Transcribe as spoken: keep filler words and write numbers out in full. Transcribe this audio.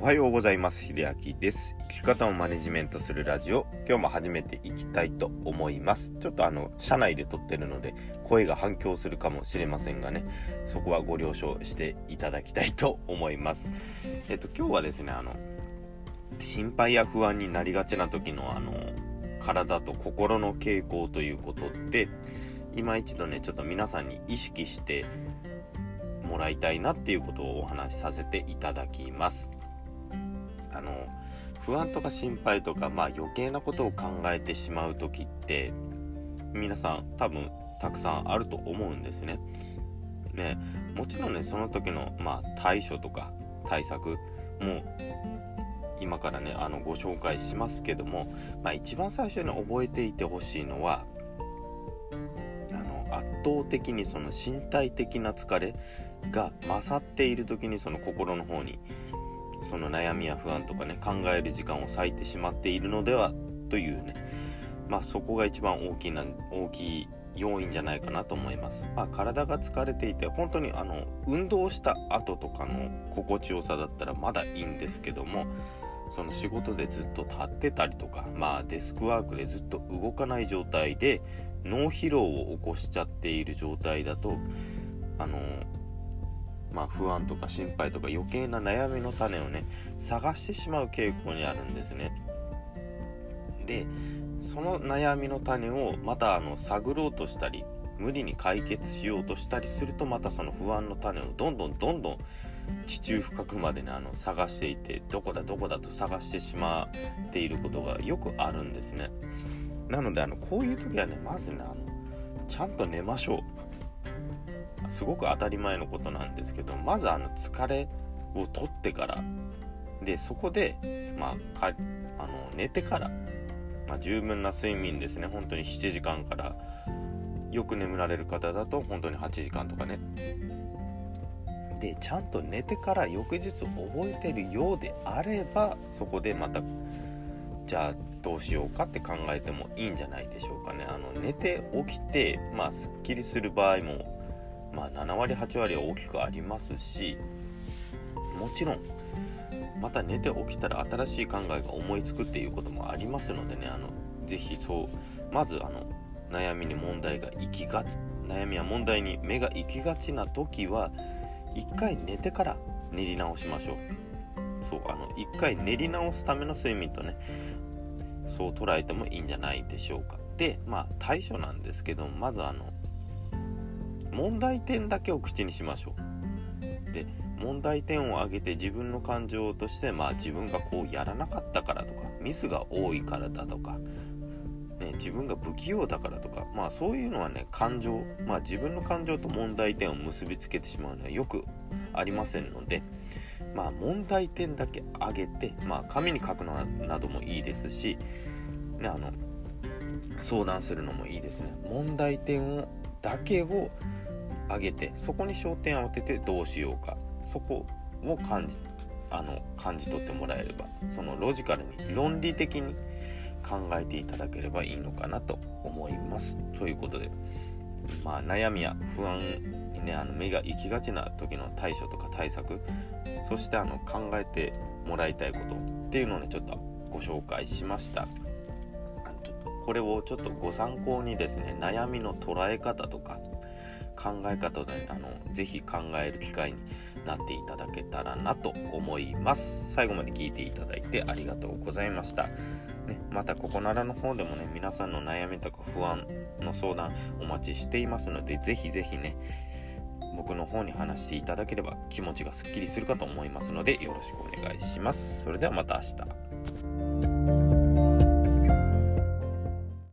はようございます。秀明です。生き方をマネジメントするラジオ、今日も始めていきたいと思います。ちょっとあの車内で撮ってるので声が反響するかもしれませんがね、そこはご了承していただきたいと思います。えっと今日はですね、あの心配や不安になりがちな時のあの体と心の傾向ということで、今一度ねちょっと皆さんに意識してもらいたいなっていうことをお話しさせていただきます。あの不安とか心配とか、まあ、余計なことを考えてしまう時って皆さん多分たくさんあると思うんですね。ね、もちろんねその時の、まあ、対処とか対策も今からねあのご紹介しますけども、まあ、一番最初に覚えていてほしいのはあの圧倒的にその身体的な疲れが勝っている時にその心の方にその悩みや不安とかね考える時間を割いてしまっているのではというね、まあそこが一番大きな大きい要因じゃないかなと思います。まあ体が疲れていて本当にあの運動した後とかの心地よさだったらまだいいんですけども、その仕事でずっと立ってたりとか、まあデスクワークでずっと動かない状態で脳疲労を起こしちゃっている状態だとあのまあ、不安とか心配とか余計な悩みの種をね探してしまう傾向にあるんですね。でその悩みの種をまたあの探ろうとしたり無理に解決しようとしたりすると、またその不安の種をどんどんどんどん地中深くまでねあの探していて、どこだどこだと探してしまっていることがよくあるんですね。なのであのこういう時はねまずねあのちゃんと寝ましょう。すごく当たり前のことなんですけど、まずあの疲れを取ってからで、そこでまあかあの寝てから、まあ、十分な睡眠ですね。本当にしちじかんから、よく眠られる方だと本当にはちじかんとかね。でちゃんと寝てから翌日覚えてるようであれば、そこでまたじゃあどうしようかって考えてもいいんじゃないでしょうかね。あの寝て起きてまあすっきりする場合もまあ、ななわりはちわりは大きくありますし、もちろんまた寝て起きたら新しい考えが思いつくっていうこともありますのでね、あのぜひそうまずあの悩みに問題が行きがち悩みや問題に目が行きがちな時は一回寝てから練り直しましょう。そうあの一回練り直すための睡眠とねそう捉えてもいいんじゃないでしょうか。でまあ対処なんですけど、まずあの問題点だけを口にしましょう。で問題点を挙げて自分の感情として、まあ自分がこうやらなかったからとかミスが多いからだとか、ね、自分が不器用だからとか、まあそういうのはね感情、まあ自分の感情と問題点を結びつけてしまうのはよくありませんので、まあ問題点だけ挙げて、まあ紙に書くのなどもいいですし、ね、あの相談するのもいいですね。問題点をだけを上げて、そこに焦点を当ててどうしようか、そこを感じあの感じ取ってもらえれば、そのロジカルに論理的に考えていただければいいのかなと思います。ということで、まあ、悩みや不安にねあの目が行きがちな時の対処とか対策、そしてあの考えてもらいたいことっていうのをねちょっとご紹介しました。これをちょっとご参考にですね、悩みの捉え方とか考え方であのぜひ考える機会になっていただけたらなと思います。最後まで聞いていただいてありがとうございました、ね、またここならの方でもね皆さんの悩みとか不安の相談お待ちしていますので、ぜひぜひね僕の方に話していただければ気持ちがすっきりするかと思いますので、よろしくお願いします。それではまた明日。